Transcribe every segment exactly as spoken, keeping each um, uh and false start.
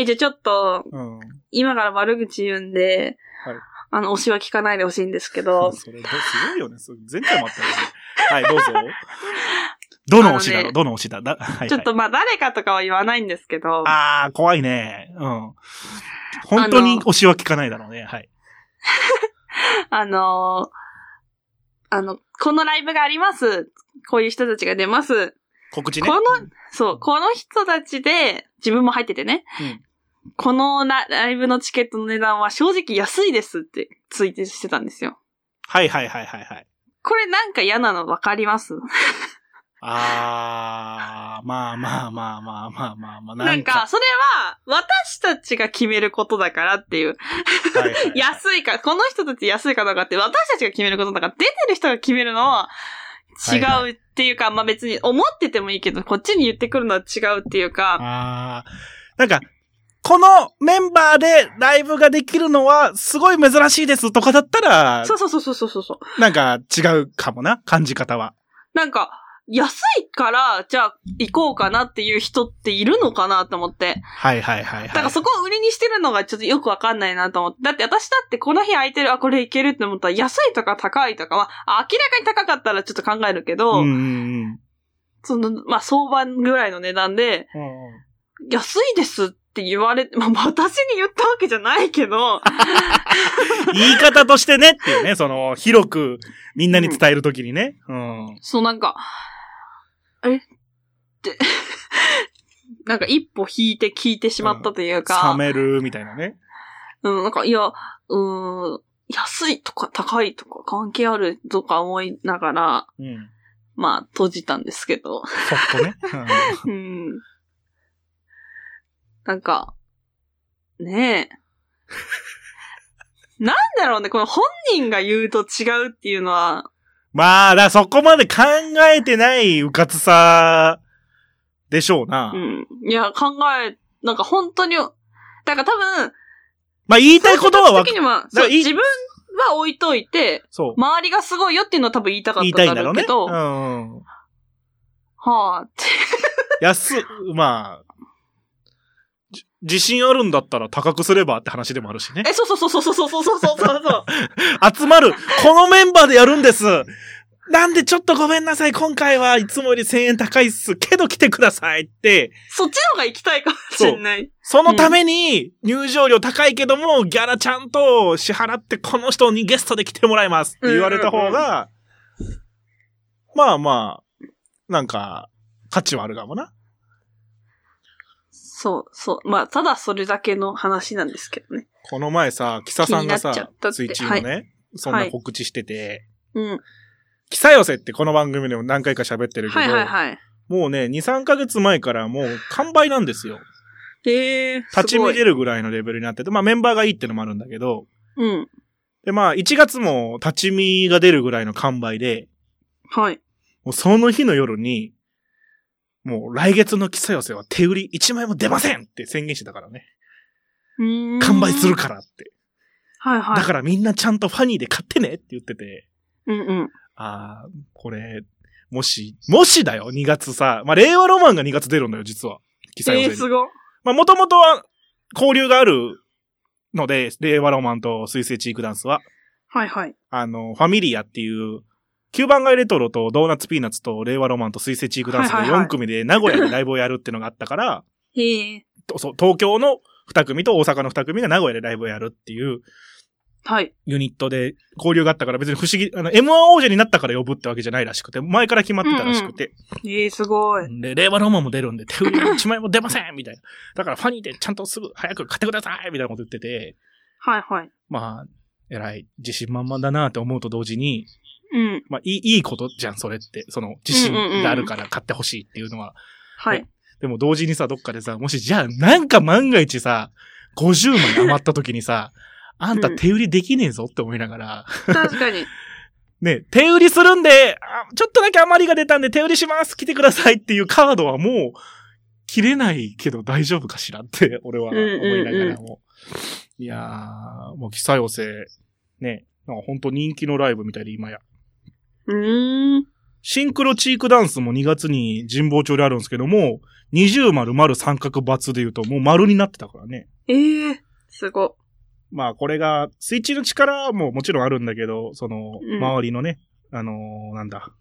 え、じゃあちょっと、 うん、 今から悪口言うんで、はい、あの、推しは聞かないでほしいんですけど。 それ、すごいよね。前回もあったよね。はい、どうぞ。どの推しだろう、ね、どの推しだだ、はいはい、 ちょっとまあ誰かとかは言わないんですけど。 あー、怖いね。うん。本当に推しは聞かないだろうね。はい。 あのー、あの、このライブがあります。こういう人たちが出ます。 告知ね。 この、そう、この人たちで、自分も入っててね。うん、このライブのチケットの値段は正直安いですってツイートしてたんですよ。 はいはいはいはいはい。 これなんか嫌なの分かりますあー、まあまあまあまあまあまあまあ。 なんか、それは、私たちが決めることだからっていう。はいはいはい、安いか、この人たち安いかどうかって私たちが決めることだから、出てる人が決めるのは違うっていうか、はいはい、まあ別に思っててもいいけど、こっちに言ってくるのは違うっていうか。 あー、なんか、このメンバーでライブができるのはすごい珍しいですとかだったら、 そうそうそうそうそうそう。 なんか違うかもな、感じ方は。 なんか、安いから、じゃあ行こうかなっていう人っているのかなと思って。 はいはいはいはい。 だからそこを売りにしてるのがちょっとよくわかんないなと思って。だって私だってこの日空いてる、あ、これいけるって思ったら安いとか高いとかは、明らかに高かったらちょっと考えるけど、 うんうんうん、 その、まあ、相場ぐらいの値段で、うんうん、安いですって言われて、まあ、私に言ったわけじゃないけど。 言い方としてねっていうね、その、広くみんなに伝えるときにね、うんうん。 そうなんか、えって、なんか一歩引いて聞いてしまったというか。 うん、冷めるみたいなね。 うん、なんか、いや、うーん、安いとか高いとか関係あるとか思いながら、うん、まあ、閉じたんですけど。 そっとね。 うん、なんか、ねえ。なんだろうね、この本人が言うと違うっていうのは。 まあ、だそこまで考えてないうかつさでしょうな。 うん。いや、考え、なんか本当に、だから多分、 まあ言いたいことはわかる。そう、自分は置いといて、そう。周りがすごいよっていうのは多分言いたかったんだろうけど。言いたいんだろうね。うん。はぁって。 安、まあ、自信あるんだったら高くすればって話でもあるしね。 え、そうそうそうそうそうそうそうそうそうそう集まる。このメンバーでやるんです。なんでちょっとごめんなさい。今回はいつもよりせんえん高いっす。けど来てくださいって。 そっちの方が行きたいかもしれない。 そ, そのために入場料高いけども、うん、ギャラちゃんと支払ってこの人にゲストで来てもらいますって言われた方が、うんうんうん、まあまあ、なんか価値はあるかもな。 そう、そう。まあ、ただそれだけの話なんですけどね。 この前さ、キサさんがさ、ツイッチのね、はい、そんな告知してて、はい、うん。キサ寄せってこの番組でも何回か喋ってるけど、はいはいはい、もうね、に、さんかげつまえからもう完売なんですよ。 へー。 立ち見出るぐらいのレベルになってて、まあメンバーがいいってのもあるんだけど、 うん。 で、まあいちがつも立ち見が出るぐらいの完売で、 はい。 もうその日の夜に、もう来月のキサ寄せは手売りいちまいも出ませんって宣言してたからね。 うーん。 完売するからって。 はいはい。 だからみんなちゃんとファニーで買ってねって言ってて。 うんうん。 ああ、これ、もし、もしだよ、にがつさ。まあ、令和ロマンがにがつ出るんだよ、実は。キサ寄せに。 えー、すご。 まあ、もともとは交流があるので、令和ロマンと水星チークダンスは。 はいはい。 あの、ファミリアっていう、きゅうばん街レトロとドーナツピーナッツと令和ロマンと水星チークダンスでよん組で名古屋でライブをやるっていうのがあったから、 へえ。 そう、東京のに組と大阪のに組が名古屋でライブをやるっていう、 はい。 ユニットで交流があったから別に不思議、あの、エムワン 王者になったから呼ぶってわけじゃないらしくて、前から決まってたらしくて。 うんうん、ええー、すごい。 で、令和ロマンも出るんで、手売りいちまいも出ませんみたいな。だからファニーでちゃんとすぐ早く買ってくださいみたいなこと言ってて。 はいはい。 まあ、偉い、自信満々だなって思うと同時に、 うん。 まあ、いい、いいことじゃん、それって。その、自信があるから買ってほしいっていうのは。 はい。 でも同時にさ、どっかでさ、もしじゃあ、なんか万が一さ、ごじゅうまい余った時にさ、あんた手売りできねえぞって思いながら。 うん、確かに。 ね、手売りするんであ、ちょっとだけ余りが出たんで手売りします来てくださいっていうカードはもう、切れないけど大丈夫かしらって、俺は思いながらも。うんうんうん、いやー、もう、キサ寄せ、ね、なんかほんと人気のライブみたいで今や。 うーん。 シンクロチークダンスもにがつに神保町であるんですけども、二重丸丸三角×で言うともう丸になってたからね。 ええー、すご。 まあこれが、スイッチの力ももちろんあるんだけど、その、周りのね、うん、あのー、なんだ。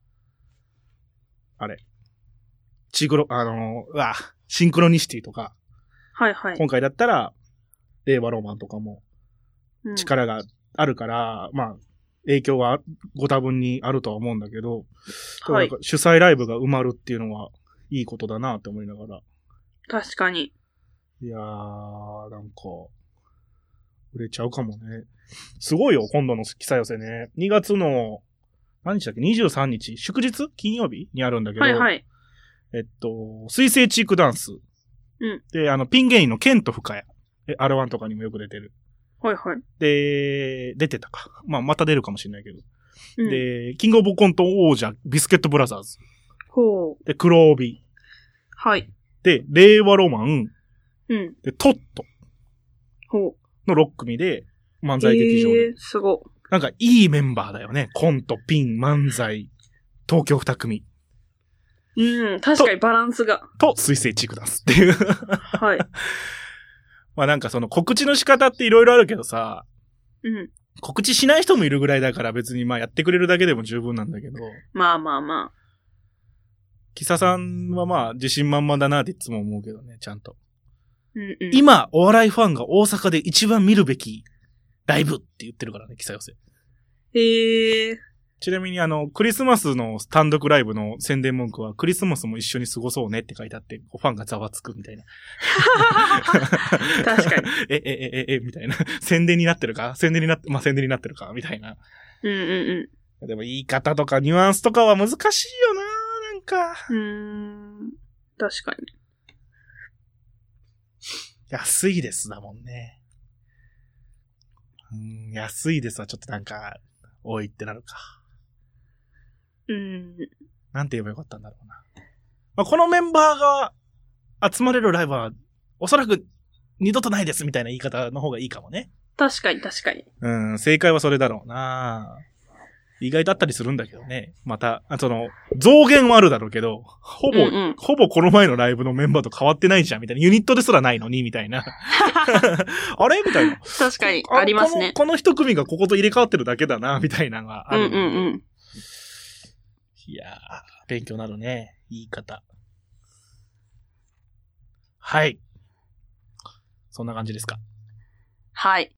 あれ。チークロ、あのー、うわ、シンクロニシティとか。 はいはい。 今回だったら、令和ロマンとかも、力があるから、うん、まあ、影響はご多分にあるとは思うんだけど、はい、主催ライブが埋まるっていうのは、いいことだなって思いながら。 確かに。 いやー、なんか、売れちゃうかもね。すごいよ、今度の記載寄せね。にがつの、何日だっけ ?にじゅうさんにち祝日金曜日にあるんだけど。 はいはい。 えっと、水星チークダンス。 うん。 で、あの、ピン芸人のケント深谷。え、アールワン とかにもよく出てる。 はいはい。 で、出てたか。まあ、また出るかもしれないけど。うん、で、キングオブコント王者、ビスケットブラザーズ。 ほう。 で、黒帯。 はい。 で、令和ロマン。 うん。 で、トット。 ほう。 のろっくみで、漫才劇場で。 えー、すご。 なんか、いいメンバーだよね。コント、ピン、漫才、東京二組。 うん、確かにバランスが。 と、水星チークダンスっていう。 はい。 まあなんかその告知の仕方っていろいろあるけどさ、 うん。 告知しない人もいるぐらいだから別にまあやってくれるだけでも十分なんだけど。 まあまあまあ。 キサさんはまあ自信満々だなっていつも思うけどね、ちゃんと。 うんうん、 今、お笑いファンが大阪で一番見るべきライブって言ってるからね、キサ寄せ。 へー。 ちなみにあの、クリスマスの単独ライブの宣伝文句は、クリスマスも一緒に過ごそうねって書いてあって、ファンがざわつくみたいな。 確かに。 え、え、え、え、え、みたいな。宣伝になってるか宣伝になって、まあ、宣伝になってるかみたいな。 うんうんうん。 でも言い方とかニュアンスとかは難しいよななんか。 うーん。確かに。 安いですだもんね。うん、安いですはちょっとなんか、多いってなるか。 うん。 なんて言えばよかったんだろうな。まあ、このメンバーが集まれるライブは、おそらく二度とないですみたいな言い方の方がいいかもね。 確かに確かに。 うん、正解はそれだろうな。意外とあったりするんだけどね。また、あその、増減はあるだろうけど、ほぼ、うんうん、ほぼこの前のライブのメンバーと変わってないじゃんみたいな。ユニットですらないのにみたいな。あれみたいな。 確かに、ありますね。 この、この一組がここと入れ替わってるだけだな、みたいなのがある。 うんうんうん。 いやー、勉強なるね。言い方。はい。そんな感じですか。 はい。